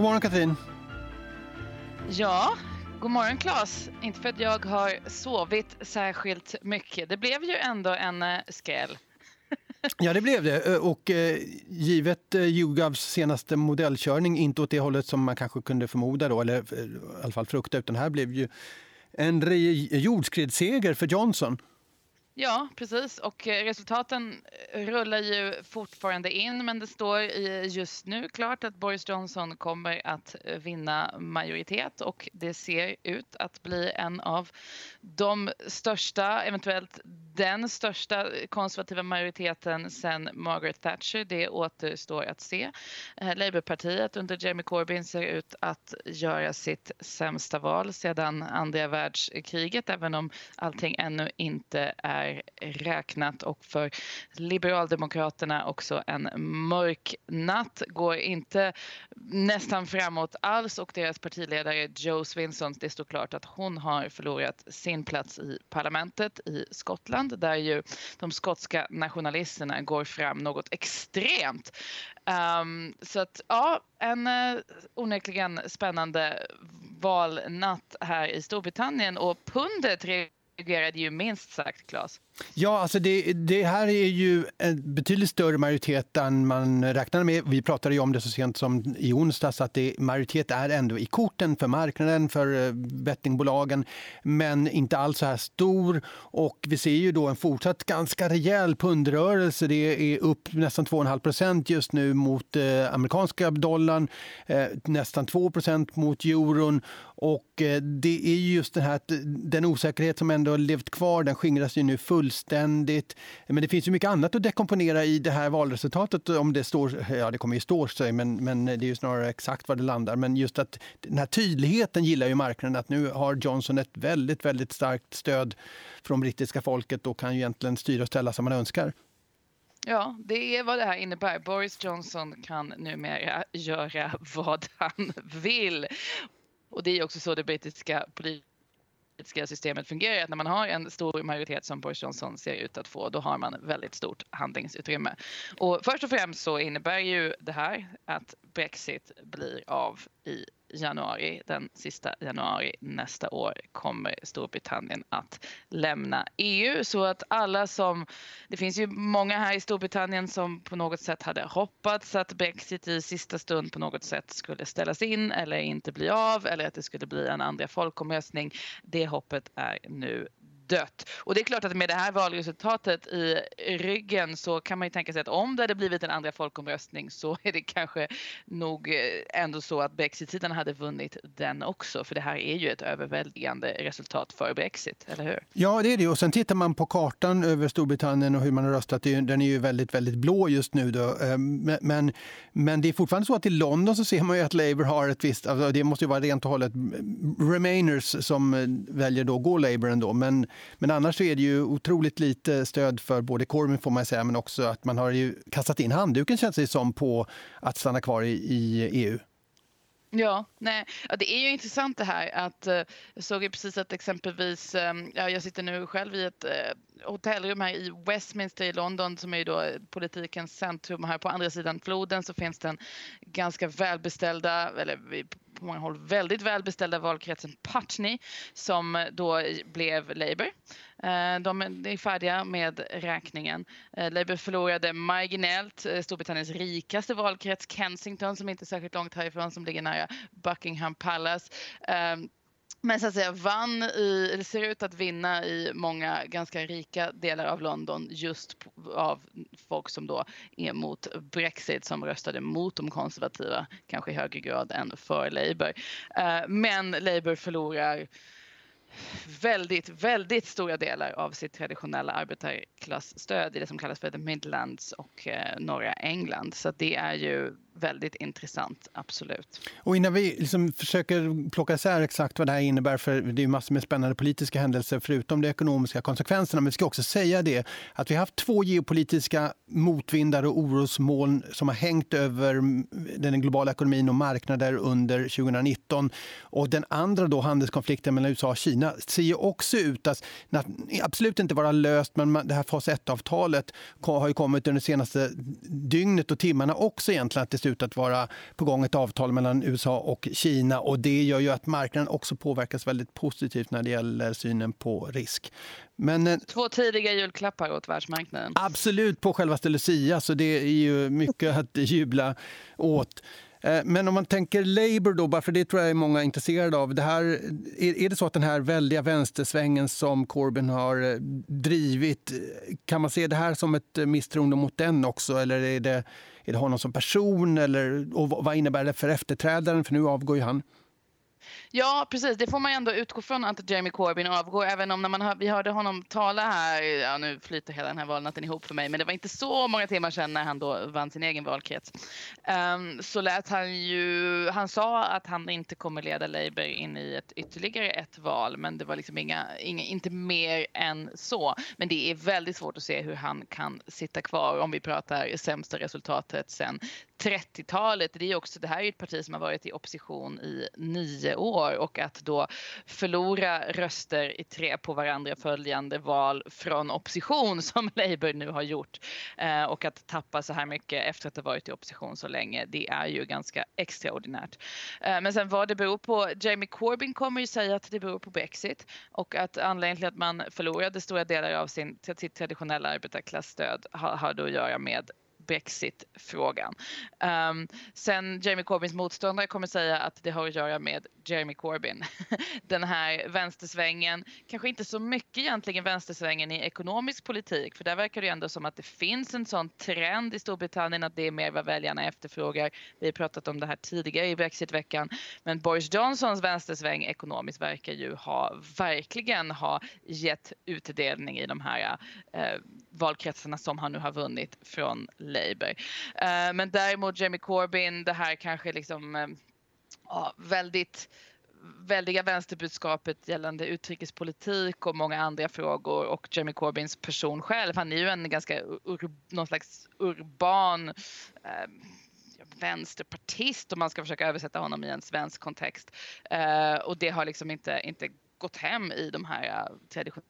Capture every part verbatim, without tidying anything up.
morgon Katrin. Ja, god morgon Claes. Inte för att jag har sovit särskilt mycket. Det blev ju ändå en uh, skräll. Ja, det blev det. Och eh, givet eh, YouGovs senaste modellkörning, inte åt det hållet som man kanske kunde förmoda då, eller eh, i alla fall frukta, utan här blev ju en re- jordskredsseger för Johnson. Ja, precis. Och resultaten rullar ju fortfarande in, men det står just nu klart att Boris Johnson kommer att vinna majoritet och det ser ut att bli en av de största, eventuellt den största konservativa majoriteten sedan Margaret Thatcher. Det återstår att se. Labourpartiet under Jeremy Corbyn ser ut att göra sitt sämsta val sedan andra världskriget, även om allting ännu inte är räknat, och för Liberaldemokraterna också en mörk natt, går inte nästan framåt alls, och deras partiledare Jo Swinson, det står klart att hon har förlorat sin plats i parlamentet i Skottland, där ju de skotska nationalisterna går fram något extremt. Um, så att ja, en uh, onekligen spännande valnatt här i Storbritannien, och pundet reagerade ju minst sagt, Claes. Ja, alltså det, det här är ju en betydligt större majoritet än man räknade med. Vi pratade ju om det så sent som i onsdags, att det, majoritet är ändå i korten för marknaden, för bettingbolagen, men inte alls så här stor. Och vi ser ju då en fortsatt ganska rejäl pundrörelse. Det är upp nästan två komma fem procent just nu mot eh, amerikanska dollarn, eh, nästan två procent mot euron. Och eh, det är just den här, den osäkerhet som ändå har levt kvar, den skingras ju nu full fullständigt. Men det finns ju mycket annat att dekomponera i det här valresultatet, om det står, ja det kommer ju stå sig, men, men det är ju snarare exakt var det landar. Men just att den här tydligheten gillar ju marknaden, att nu har Johnson ett väldigt, väldigt starkt stöd från brittiska folket och kan ju egentligen styra och ställa som man önskar. Ja, det är vad det här innebär. Boris Johnson kan numera göra vad han vill. Och det är också så det brittiska politiska politiska systemet fungerar, att när man har en stor majoritet som Boris Johnson ser ut att få, då har man väldigt stort handlingsutrymme. Och först och främst så innebär ju det här att Brexit blir av i januari. Den sista januari nästa år kommer Storbritannien att lämna E U, så att alla som, det finns ju många här i Storbritannien som på något sätt hade hoppats att Brexit i sista stund på något sätt skulle ställas in eller inte bli av, eller att det skulle bli en andra folkomröstning. Det hoppet är nu dött. Och det är klart att med det här valresultatet i ryggen så kan man ju tänka sig att om det hade blivit en andra folkomröstning så är det kanske nog ändå så att Brexit-sidan hade vunnit den också. För det här är ju ett överväldigande resultat för Brexit, eller hur? Ja, det är det. Och sen tittar man på kartan över Storbritannien och hur man har röstat. Den är ju väldigt, väldigt blå just nu då. Men, men det är fortfarande så att i London så ser man ju att Labour har ett visst, alltså det måste ju vara rent och hållet Remainers som väljer då gå Labour ändå. Men Men annars så är det ju otroligt lite stöd för både Corbyn får man säga, men också att man har ju kastat in handduken, känns det som, på att stanna kvar i, i E U. Ja, nej. Ja, det är ju intressant det här att uh, jag såg ju precis att exempelvis, um, ja, jag sitter nu själv i ett uh, hotellrum här i Westminster i London som är ju då politikens centrum. Här på andra sidan floden så finns det en ganska välbeställda, eller på många håll väldigt välbeställda valkretsen Putney som då blev Labour. De är färdiga med räkningen. Labour förlorade marginellt Storbritanniens rikaste valkrets Kensington, som inte är särskilt långt härifrån, som ligger nära Buckingham Palace. Men så att säga vann i, eller ser ut att vinna i många ganska rika delar av London just av folk som då är mot Brexit, som röstade mot de konservativa kanske i högre grad än för Labour. Men Labour förlorar väldigt, väldigt stora delar av sitt traditionella arbetarklassstöd i det som kallas för The Midlands och eh, norra England. Så det är ju väldigt intressant, absolut. Och innan vi liksom försöker plocka isär exakt vad det här innebär, för det är ju massor med spännande politiska händelser förutom de ekonomiska konsekvenserna, men vi ska också säga det att vi har haft två geopolitiska motvindar och orosmoln som har hängt över den globala ekonomin och marknader under tjugonitton, och den andra då, handelskonflikten mellan U S A och Kina, ser ju också ut att absolut inte vara löst, men det här fas ett-avtalet har ju kommit under det senaste dygnet och timmarna också egentligen, att det ut att vara på gång ett avtal mellan U S A och Kina, och det gör ju att marknaden också påverkas väldigt positivt när det gäller synen på risk. Men, två tidiga julklappar åt världsmarknaden. Absolut, på självaste Lucia, så det är ju mycket att jubla åt. Men om man tänker Labour då, bara för det tror jag är många intresserade av. Det här, är det så att den här väldiga vänstersvängen som Corbyn har drivit, kan man se det här som ett misstroende mot den också? Eller är det, är det honom som person? Eller, och vad innebär det för efterträdaren? För nu avgår ju han. Ja, precis. Det får man ändå utgå från att Jeremy Corbyn avgår. Även om när man hör, vi hörde honom tala här, ja, nu flyter hela den här valnatten ihop för mig, men det var inte så många timmar sedan när han då vann sin egen valkrets. Um, så lät han ju, han sa att han inte kommer leda Labour in i ett, ytterligare ett val, men det var liksom inga, inga, inte mer än så. Men det är väldigt svårt att se hur han kan sitta kvar om vi pratar sämsta resultatet sedan trettiotalet. Det är också, det här är ett parti som har varit i opposition i nio år, och att då förlora röster i tre på varandra följande val från opposition som Labour nu har gjort, eh, och att tappa så här mycket efter att ha varit i opposition så länge, det är ju ganska extraordinärt. Eh, men sen vad det beror på, Jeremy Corbyn kommer ju säga att det beror på Brexit, och att anledningen till att man förlorade stora delar av sin, sitt traditionella arbetarklassstöd har, har då att göra med Brexit-frågan. Um, sen Jeremy Corbyns motståndare kommer säga att det har att göra med Jeremy Corbyn. Den här vänstersvängen, kanske inte så mycket egentligen vänstersvängen i ekonomisk politik, för där verkar det ändå som att det finns en sån trend i Storbritannien att det är mer vad väljarna efterfrågar. Vi har pratat om det här tidigare i Brexit-veckan, men Boris Johnsons vänstersväng ekonomiskt verkar ju ha verkligen ha gett utdelning i de här eh, valkretsarna som han nu har vunnit från Labour. Uh, men däremot Jeremy Corbyn, det här kanske liksom uh, uh, väldigt väldiga vänsterbudskapet gällande utrikespolitik och många andra frågor, och Jeremy Corbyns person själv, han är ju en ganska ur, någon slags urban uh, vänsterpartist om man ska försöka översätta honom i en svensk kontext. Uh, och det har liksom inte, inte gått hem i de här uh, traditionella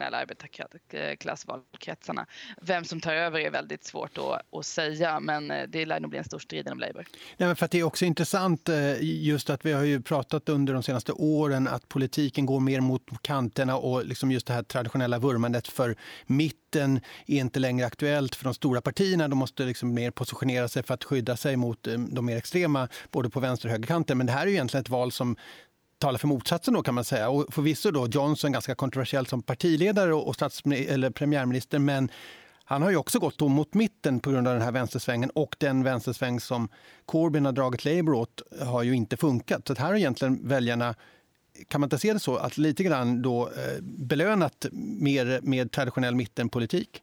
arbetarklassvalkretsarna. Vem som tar över är väldigt svårt att, att säga, men det lär nog bli en stor strid inom Labour. Nej, men för att det är också intressant just att vi har ju pratat under de senaste åren att politiken går mer mot kanterna, och liksom just det här traditionella vurmandet för mitten är inte längre aktuellt för de stora partierna. De måste liksom mer positionera sig för att skydda sig mot de mer extrema, både på vänster- och högerkanten. Men det här är ju egentligen ett val som talar för motsatsen då, kan man säga. Och förvisso då Johnson ganska kontroversiell som partiledare och stats- eller premiärminister, men han har ju också gått då mot mitten på grund av den här vänstersvängen, och den vänstersväng som Corbyn har dragit Labour åt har ju inte funkat. Så att här har egentligen väljarna, kan man inte se det så, att lite grann då eh, belönat mer med traditionell mittenpolitik?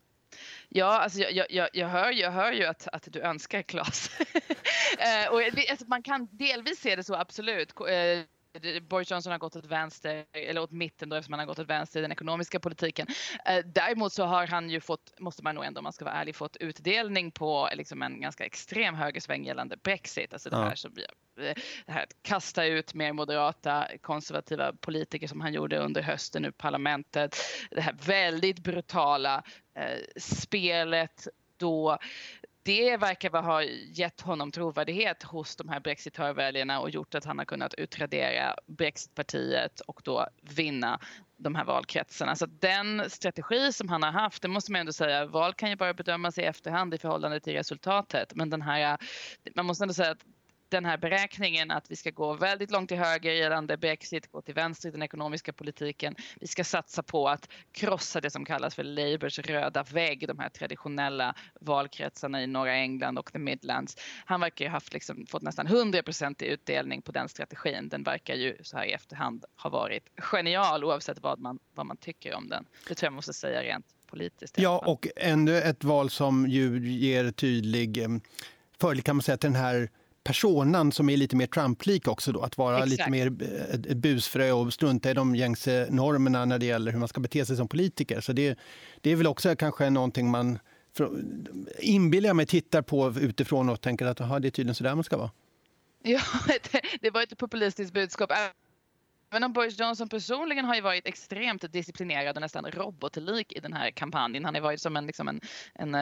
Ja, alltså jag, jag, jag, hör, jag hör ju att, att du önskar, Claes. eh, och det, alltså man kan delvis se det så, absolut. Eh, Boris Johnson har gått åt vänster, eller åt mitten då, eftersom han har gått åt vänster i den ekonomiska politiken. Eh, däremot så har han ju fått, måste man nog ändå, om man ska vara ärlig, fått utdelning på liksom en ganska extrem högersväng gällande Brexit. Alltså det här som blir det här att kasta ut mer moderata konservativa politiker som han gjorde under hösten ur parlamentet. Det här väldigt brutala eh, spelet då. Det verkar ha gett honom trovärdighet hos de här brexitörväljarna och gjort att han har kunnat utradera Brexitpartiet och då vinna de här valkretsarna. Så den strategi som han har haft, det måste man ändå säga, val kan ju bara bedömas i efterhand i förhållande till resultatet. Men den här, man måste ändå säga att den här beräkningen att vi ska gå väldigt långt till höger gällande Brexit, gå till vänster i den ekonomiska politiken. Vi ska satsa på att krossa det som kallas för Labours röda vägg, de här traditionella valkretsarna i norra England och the Midlands. Han verkar ju haft liksom, fått nästan hundra procent i utdelning på den strategin. Den verkar ju så här i efterhand ha varit genial oavsett vad man, vad man tycker om den. Det tror jag måste säga rent politiskt. Ja, och ändå ett val som ju ger tydlig fördel, kan man säga, till den här personan som är lite mer Trump-lik också då, att vara Exakt. lite mer busfrö och strunta i de gängse normerna när det gäller hur man ska bete sig som politiker. Så det, det är väl också kanske någonting man inbillar mig tittar på utifrån och tänker att aha, det är tydligen så där man ska vara. Ja, det, det var ett populistiskt budskap. även om Boris Johnson personligen har ju varit extremt disciplinerad och nästan robotlik i den här kampanjen. Han har varit som en, liksom en, en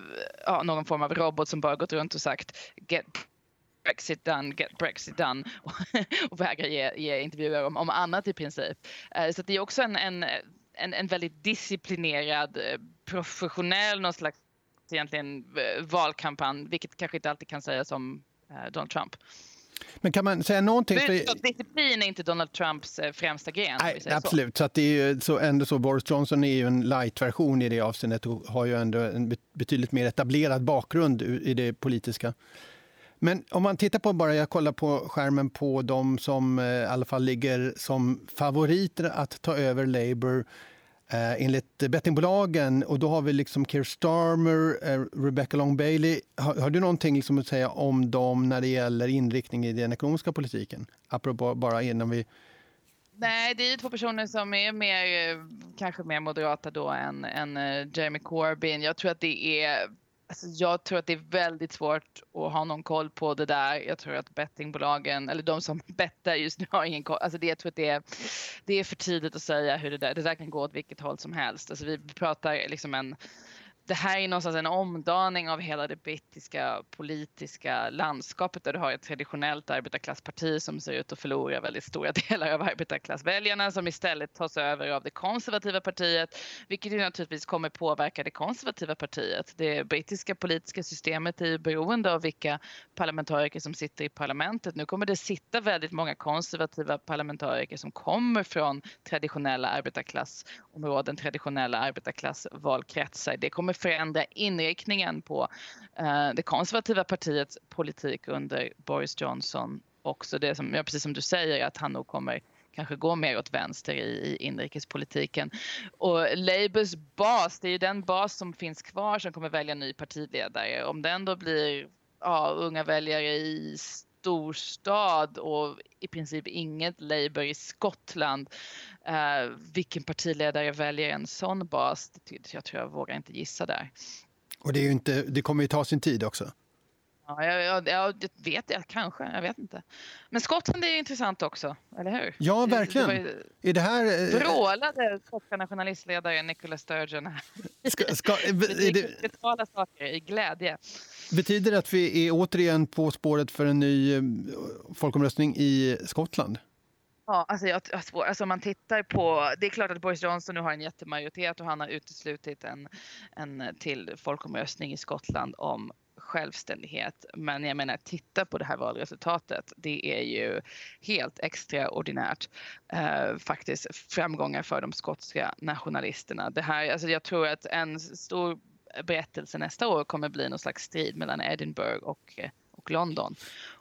ja, någon form av robot som bara gått runt och sagt get Brexit done, get Brexit done och, och vägrar ge, ge intervjuer om, om annat i princip. Så det är också en, en, en, en väldigt disciplinerad, professionell, någon slags egentligen valkampanj, vilket kanske inte alltid kan sägas om Donald Trump. Men kan man säga någonting? För... Disciplin är inte Donald Trumps främsta gren. Nej, absolut. Så. Så att det är ju så ändå så, Boris Johnson är ju en light-version i det avseendet och har ju ändå en betydligt mer etablerad bakgrund i det politiska. Men om man tittar på bara, jag kollar på skärmen på de som i alla fall ligger som favoriter att ta över Labour eh, enligt bettingbolagen, och då har vi liksom Keir Starmer, eh, Rebecca Long Bailey. Har, har du någonting liksom att säga om dem när det gäller inriktning i den ekonomiska politiken? Apropå bara innan vi... Nej, det är två personer som är mer, kanske mer moderata då än, än Jeremy Corbyn. Jag tror att det är... Alltså jag tror att det är väldigt svårt att ha någon koll på det där. Jag tror att bettingbolagen, eller de som bettar just nu, har ingen koll. Alltså det, jag tror att det är, det är för tidigt att säga hur det där, det där kan gå åt vilket håll som helst. Alltså vi pratar liksom en... Det här är någonstans en omdaning av hela det brittiska politiska landskapet, där du har ett traditionellt arbetarklassparti som ser ut att förlora väldigt stora delar av arbetarklassväljarna, som istället tas över av det konservativa partiet, vilket ju naturligtvis kommer påverka det konservativa partiet. Det brittiska politiska systemet är ju beroende av vilka parlamentariker som sitter i parlamentet. Nu kommer det sitta väldigt många konservativa parlamentariker som kommer från traditionella arbetarklassområden, traditionella arbetarklassvalkretsar. Det kommer förändra inriktningen på uh, det konservativa partiets politik under Boris Johnson. Också det som, ja, precis som du säger, att han nog kommer kanske gå mer åt vänster i, i inrikespolitiken. Och Labours bas, det är ju den bas som finns kvar som kommer välja ny partiledare. Om den då blir ja, unga väljare i storstad och i princip inget Labour i Skottland. Uh, vilken partiledare väljer en sån bas? Det, jag tror jag vågar inte gissa där. Och det, är ju inte, det kommer ju ta sin tid också. Ja, jag, jag, jag vet jag kanske, jag vet inte. Men Skottland är intressant också, eller hur? Ja, verkligen. Det, det ju, är det här... Brålade skotska nationalistledaren Nicola Sturgeon här. Ska, ska, är det betala saker i glädje. Betyder det att vi är återigen på spåret för en ny folkomröstning i Skottland? Ja, alltså, jag, alltså man tittar på... Det är klart att Boris Johnson nu har en jättemajoritet och han har uteslutit en, en till folkomröstning i Skottland om självständighet. Men jag menar, titta på det här valresultatet. Det är ju helt extraordinärt. Eh, faktiskt framgångar för de skotska nationalisterna. Det här, alltså jag tror att en stor berättelse nästa år kommer bli någon slags strid mellan Edinburgh och, och London.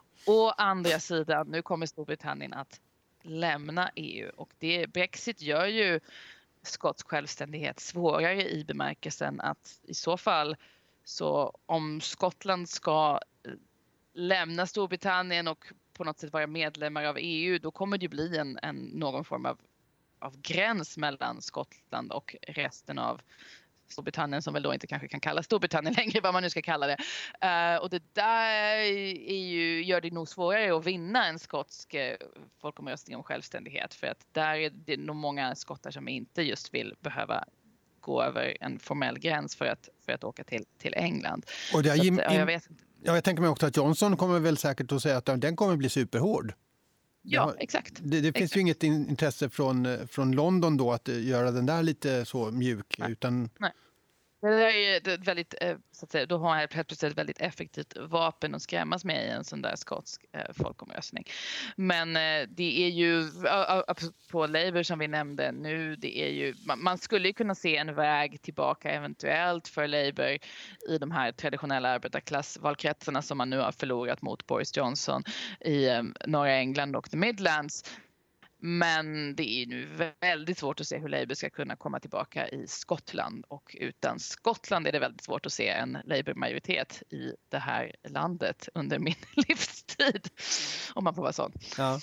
Å andra sidan, nu kommer Storbritannien att lämna E U, och det, Brexit gör ju skotsk självständighet svårare i bemärkelsen att i så fall, så om Skottland ska lämna Storbritannien och på något sätt vara medlemmar av E U, då kommer det bli en, en, någon form av, av gräns mellan Skottland och resten av Storbritannien, som väl då inte kanske kan kalla Storbritannien längre, vad man nu ska kalla det. Uh, och det där är ju, gör det nog svårare att vinna en skotsk uh, folkomröstning om självständighet, för att där är det nog många skottar som inte just vill behöva gå över en formell gräns för att, för att åka till, till England. Och det är, Så att, ja, jag vet inte. Ja, jag tänker mig också att Johnson kommer väl säkert att säga att den kommer bli superhård. Ja, har, exakt. Det, det finns exakt. ju inget intresse från, från London då att göra den där lite så mjuk. Nej. Utan... Nej. Det är ett väldigt, så att säga, då har jag plötsligt ett väldigt effektivt vapen att skrämmas med i en sån där skotsk eh, folkomröstning. Men eh, det är ju, på Labour som vi nämnde nu, det är ju, man, man skulle ju kunna se en väg tillbaka eventuellt för Labour i de här traditionella arbetarklassvalkretsarna som man nu har förlorat mot Boris Johnson i eh, norra England och the Midlands. Men det är nu väldigt svårt att se hur Labour ska kunna komma tillbaka i Skottland, och utan Skottland är det väldigt svårt att se en Labour-majoritet i det här landet under min livstid, om man får vara sån. Ja.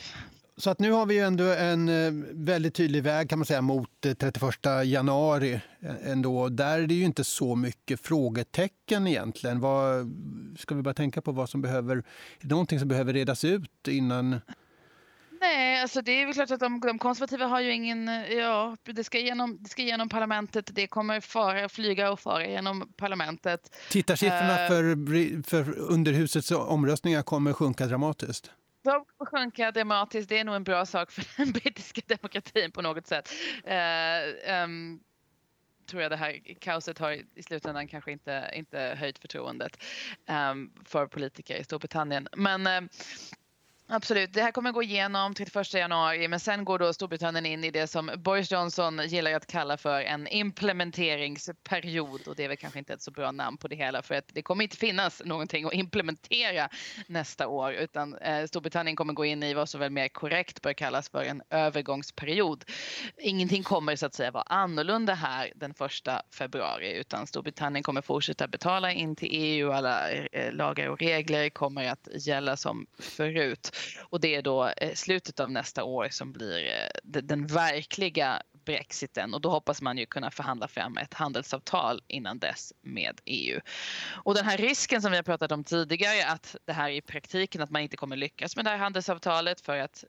Så att nu har vi ju ändå en väldigt tydlig väg, kan man säga, mot trettioförsta januari ändå. Där är det ju inte så mycket frågetecken egentligen. Vad ska vi bara tänka på vad som behöver, är det någonting som behöver redas ut innan? Nej, alltså det är väl klart att de, de konservativa har ju ingen, ja, det ska igenom, det ska igenom parlamentet, det kommer fara, flyga och fara genom parlamentet. Tittarsiffrorna uh, för, för underhusets omröstningar kommer sjunka dramatiskt. De kommer sjunka dramatiskt, det är nog en bra sak för den brittiska demokratin på något sätt. Uh, um, tror jag det här kaoset har i slutändan kanske inte, inte höjt förtroendet um, för politiker i Storbritannien. Men uh, absolut, det här kommer gå igenom trettioförsta januari, men sen går då Storbritannien in i det som Boris Johnson gillar att kalla för en implementeringsperiod, och det är väl kanske inte ett så bra namn på det hela, för att det kommer inte finnas någonting att implementera nästa år, utan eh, Storbritannien kommer gå in i vad som väl mer korrekt bör kallas för en övergångsperiod. Ingenting kommer så att säga vara annorlunda här den första februari, utan Storbritannien kommer fortsätta betala in till E U, alla eh, lagar och regler kommer att gälla som förut. Och det är då eh, slutet av nästa år som blir eh, den, den verkliga brexiten, och då hoppas man ju kunna förhandla fram ett handelsavtal innan dess med E U. Och den här risken som vi har pratat om tidigare, att det här i praktiken att man inte kommer lyckas med det här handelsavtalet för att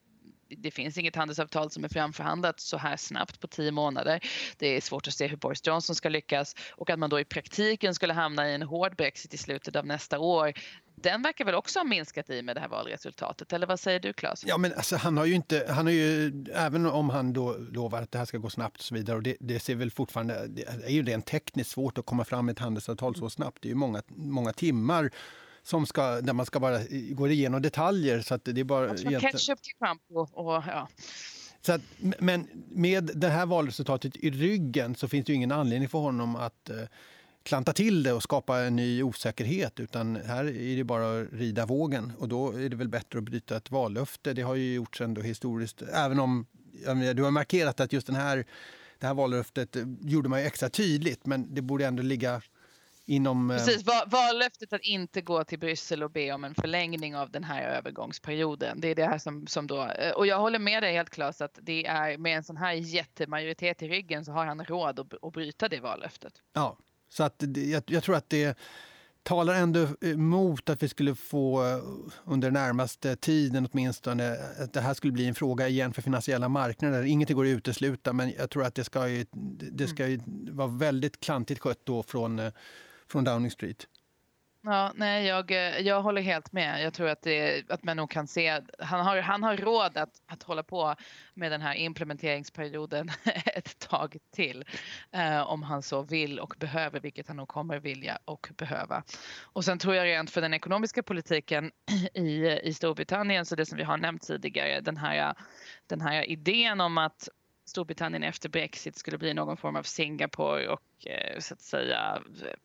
det finns inget handelsavtal som är framförhandlat så här snabbt på tio månader. Det är svårt att se hur Boris Johnson ska lyckas, och att man då i praktiken skulle hamna i en hård brexit i slutet av nästa år, den verkar väl också ha minskat i med det här valresultatet. Eller vad säger du, Claes? Ja, men alltså, han har ju inte, han har ju, även om han då lovar att det här ska gå snabbt och så vidare, och det, det ser väl fortfarande, det är ju rent tekniskt svårt att komma fram med ett handelsavtal så snabbt. Det är ju många, många timmar som ska, där man ska bara gå igenom detaljer, så att det är bara helt... ketchup till schampo och ja. Så att, men med det här valresultatet i ryggen så finns det ju ingen anledning för honom att eh, klanta till det och skapa en ny osäkerhet, utan här är det bara att rida vågen, och då är det väl bättre att bryta ett vallöfte. Det har ju gjorts ändå historiskt, även om menar, du har markerat att just den här, det här vallöftet gjorde man ju extra tydligt, men det borde ändå ligga inom... Precis, vallöftet att inte gå till Bryssel och be om en förlängning av den här övergångsperioden. Det är det här som, som då... Och jag håller med dig helt klart att det är med en sån här jättemajoritet i ryggen så har han råd att, att bryta det vallöftet. Ja, så att det, jag, jag tror att det talar ändå emot att vi skulle få under närmaste tiden åtminstone att det här skulle bli en fråga igen för finansiella marknader. Inget går att utesluta, men jag tror att det ska ju, det ska ju vara väldigt klantigt skött då från, från Downing Street. Ja, nej, jag, jag håller helt med. Jag tror att, det, att man nog kan se han har, han har råd att, att hålla på med den här implementeringsperioden ett tag till eh, om han så vill och behöver, vilket han nog kommer vilja och behöva. Och sen tror jag rent för den ekonomiska politiken i, i Storbritannien, så det som vi har nämnt tidigare, den här, den här idén om att Storbritannien efter Brexit skulle bli någon form av Singapore och eh, så att säga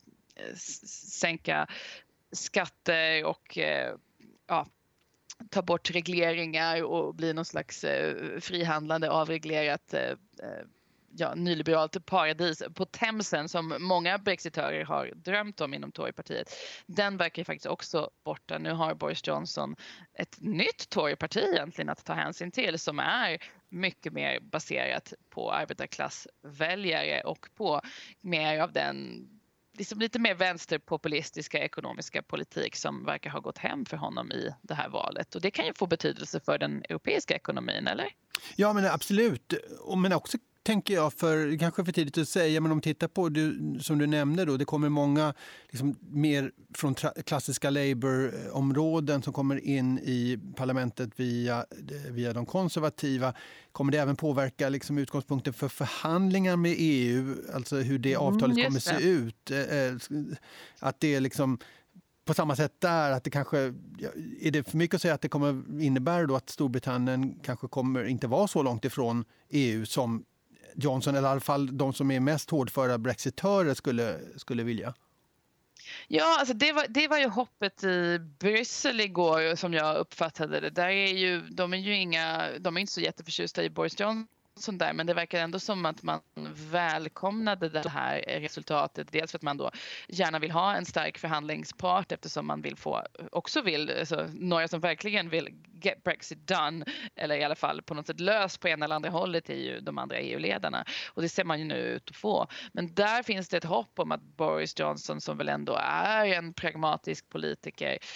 sänka skatter och ja, ta bort regleringar och bli någon slags frihandlande, avreglerat ja, nyliberalt paradis på Themsen som många brexitörer har drömt om inom Torypartiet. Den verkar ju faktiskt också borta. Nu har Boris Johnson ett nytt Toryparti egentligen att ta hänsyn till, som är mycket mer baserat på arbetarklassväljare och på mer av den liksom lite mer vänsterpopulistiska ekonomiska politik som verkar ha gått hem för honom i det här valet. Och det kan ju få betydelse för den europeiska ekonomin, eller? Ja, men absolut. Men också tänker jag, för kanske för tidigt att säga, men om vi tittar på det som du nämnde då, det kommer många liksom, mer från tra- klassiska Labour-områden som kommer in i parlamentet via, via de konservativa. Kommer det även påverka liksom, utgångspunkten för förhandlingar med E U, alltså hur det avtalet mm, kommer det. se ut? Att det är liksom på samma sätt där, att det kanske är det för mycket att säga att det kommer innebära då att Storbritannien kanske kommer inte vara så långt ifrån E U som Johnson, eller i alla fall de som är mest hårdföra brexitörer skulle, skulle vilja? Ja, alltså det var, det var ju hoppet i Bryssel igår som jag uppfattade det. Där är ju, de är ju inga, de är inte så jätteförtjusta i Boris Johnson där, men det verkar ändå som att man välkomnade det här resultatet. Dels för att man då gärna vill ha en stark förhandlingspart, eftersom man vill få, också vill, alltså, några som verkligen vill get Brexit done, eller i alla fall på något sätt lös på ena eller andra hållet, är ju de andra E U-ledarna. Och det ser man ju nu ut att få. Men där finns det ett hopp om att Boris Johnson, som väl ändå är en pragmatisk politiker,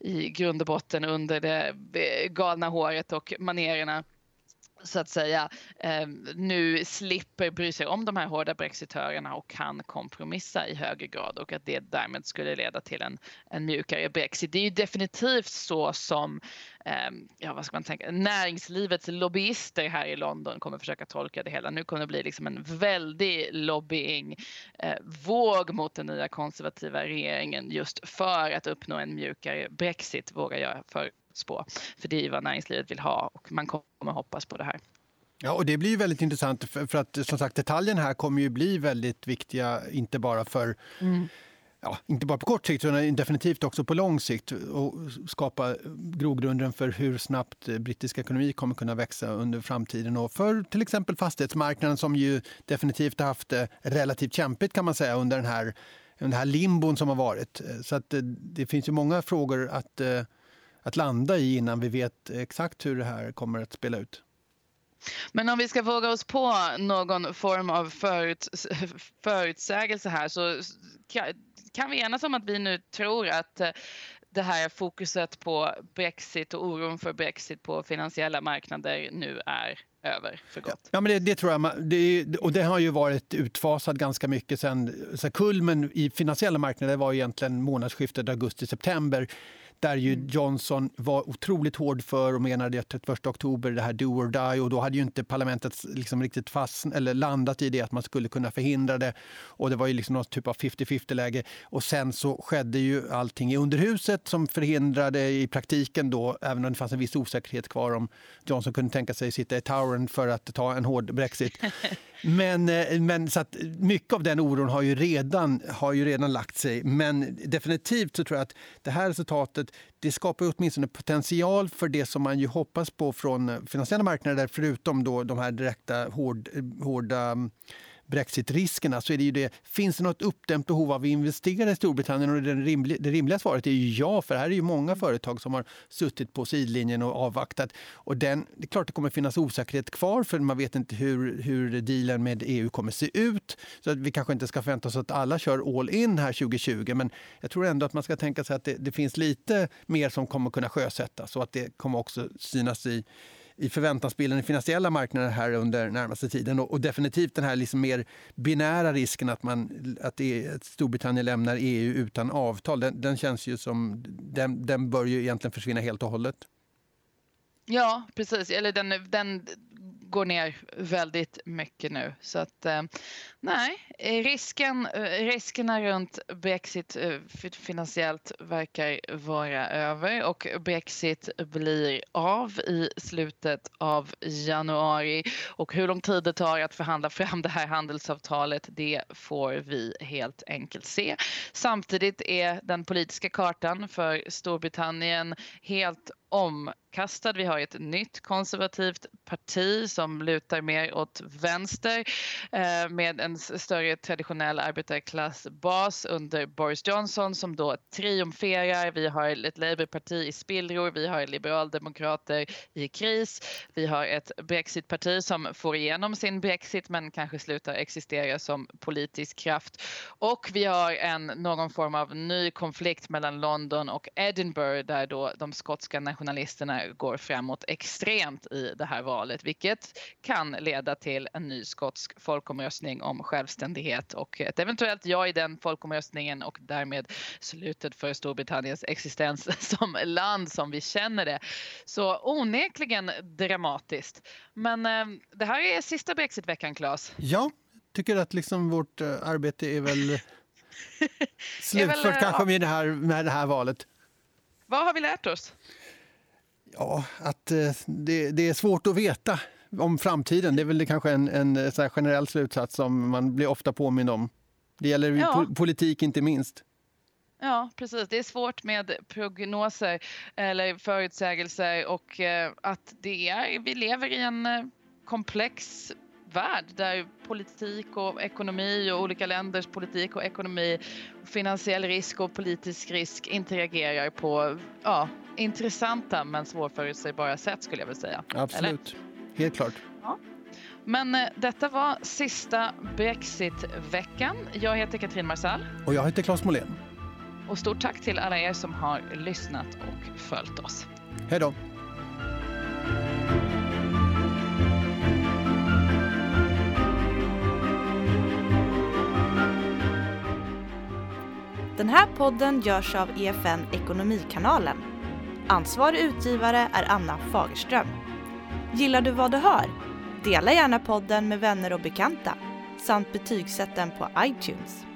i grund och botten under det galna håret och manererna, så att säga, eh, nu slipper bry sig om de här hårda brexitörerna och kan kompromissa i högre grad, och att det därmed skulle leda till en, en mjukare brexit. Det är ju definitivt så som eh, ja, vad ska man tänka, näringslivets lobbyister här i London kommer försöka tolka det hela. Nu kommer det bli liksom en väldig lobbying eh, våg mot den nya konservativa regeringen just för att uppnå en mjukare brexit, vågar jag för spå. För det är vad näringslivet vill ha, och man kommer hoppas på det här. Ja, och det blir ju väldigt intressant för, för att som sagt detaljen här kommer ju bli väldigt viktiga, inte bara för mm. ja, inte bara på kort sikt utan definitivt också på lång sikt, och skapa grogrunden för hur snabbt brittisk ekonomi kommer kunna växa under framtiden, och för till exempel fastighetsmarknaden som ju definitivt har haft det relativt kämpigt kan man säga under den här, den här limbon som har varit. Så att det, det finns ju många frågor att att landa i innan vi vet exakt hur det här kommer att spela ut. Men om vi ska våga oss på någon form av förut, förutsägelse här, så kan vi enas om att vi nu tror att det här fokuset på Brexit och oron för Brexit på finansiella marknader nu är över för gott. Ja, men det, det tror jag. Det, och det har ju varit utfasat ganska mycket sen. Så kulmen i finansiella marknader var egentligen månadsskiftet augusti-september, där ju Johnson var otroligt hård för och menade att trettioförsta oktober det här do or die, och då hade ju inte parlamentet liksom riktigt fast eller landat i det att man skulle kunna förhindra det, och det var ju liksom någon typ av fifty-fifty-läge, och sen så skedde ju allting i underhuset som förhindrade i praktiken då, även om det fanns en viss osäkerhet kvar om Johnson kunde tänka sig sitta i Towern för att ta en hård Brexit. Men, men så att mycket av den oron har ju redan, har ju redan lagt sig. Men definitivt så tror jag att det här resultatet, det skapar åtminstone potential för det som man ju hoppas på från finansiella marknader, förutom då de här direkta hård, hårda Brexit-riskerna, så är det ju det, finns det något uppdämt behov av att investera i Storbritannien? Och det rimliga, det rimliga svaret är ju ja, för här är ju många företag som har suttit på sidlinjen och avvaktat. Och den, det är klart det kommer finnas osäkerhet kvar, för man vet inte hur, hur dealen med E U kommer se ut. Så att vi kanske inte ska förvänta oss att alla kör all in här tjugo tjugo, men jag tror ändå att man ska tänka sig att det, det finns lite mer som kommer kunna sjösättas, och att det kommer också synas i i förväntansbilden i finansiella marknader här under närmaste tiden. Och, och definitivt den här liksom mer binära risken att, man, att, det, att Storbritannien lämnar E U utan avtal, den, den känns ju som, den, den bör ju egentligen försvinna helt och hållet. Ja, precis. Eller den, den går ner väldigt mycket nu. Så att eh, nej, risken, riskerna runt Brexit eh, finansiellt verkar vara över, och Brexit blir av i slutet av januari, och hur lång tid det tar att förhandla fram det här handelsavtalet, det får vi helt enkelt se. Samtidigt är den politiska kartan för Storbritannien helt omkastad. Vi har ett nytt konservativt parti som lutar mer åt vänster eh, med en större traditionell arbetarklassbas under Boris Johnson som då triumferar. Vi har ett Labourparti i spillror, vi har liberaldemokrater i kris, vi har ett Brexitparti som får igenom sin Brexit men kanske slutar existera som politisk kraft, och vi har en någon form av ny konflikt mellan London och Edinburgh där då de skotska nationalisterna går framåt extremt i det här valet, vilket kan leda till en ny skotsk folkomröstning om självständighet och ett eventuellt ja i den folkomröstningen, och därmed slutet för Storbritanniens existens som land som vi känner det. Så onekligen dramatiskt. Men eh, det här är sista Brexit-veckan, Claes. Ja, tycker att liksom vårt uh, arbete är väl slutfört väl, kanske ja. med, det här, med det här valet. Vad har vi lärt oss? Ja, att uh, det, det är svårt att veta om framtiden. Det är väl kanske en, en så här generell slutsats som man blir ofta påmind om. Det gäller ja. po- politik inte minst. Ja, precis. Det är svårt med prognoser eller förutsägelser, och eh, att det är, vi lever i en eh, komplex värld där politik och ekonomi och olika länders politik och ekonomi, finansiell risk och politisk risk interagerar på ja, intressanta men svårförutsägbara sätt, skulle jag vilja säga. Absolut, eller? Helt klart. Ja. Men eh, detta var sista Brexit-veckan. Jag heter Katrin Marsall. Och jag heter Claes Molén. Och stort tack till alla er som har lyssnat och följt oss. Hej då! Den här podden görs av E F N Ekonomikanalen. Ansvarig utgivare är Anna Fagerström. Gillar du vad du hör? Dela gärna podden med vänner och bekanta samt betygsätt den på iTunes.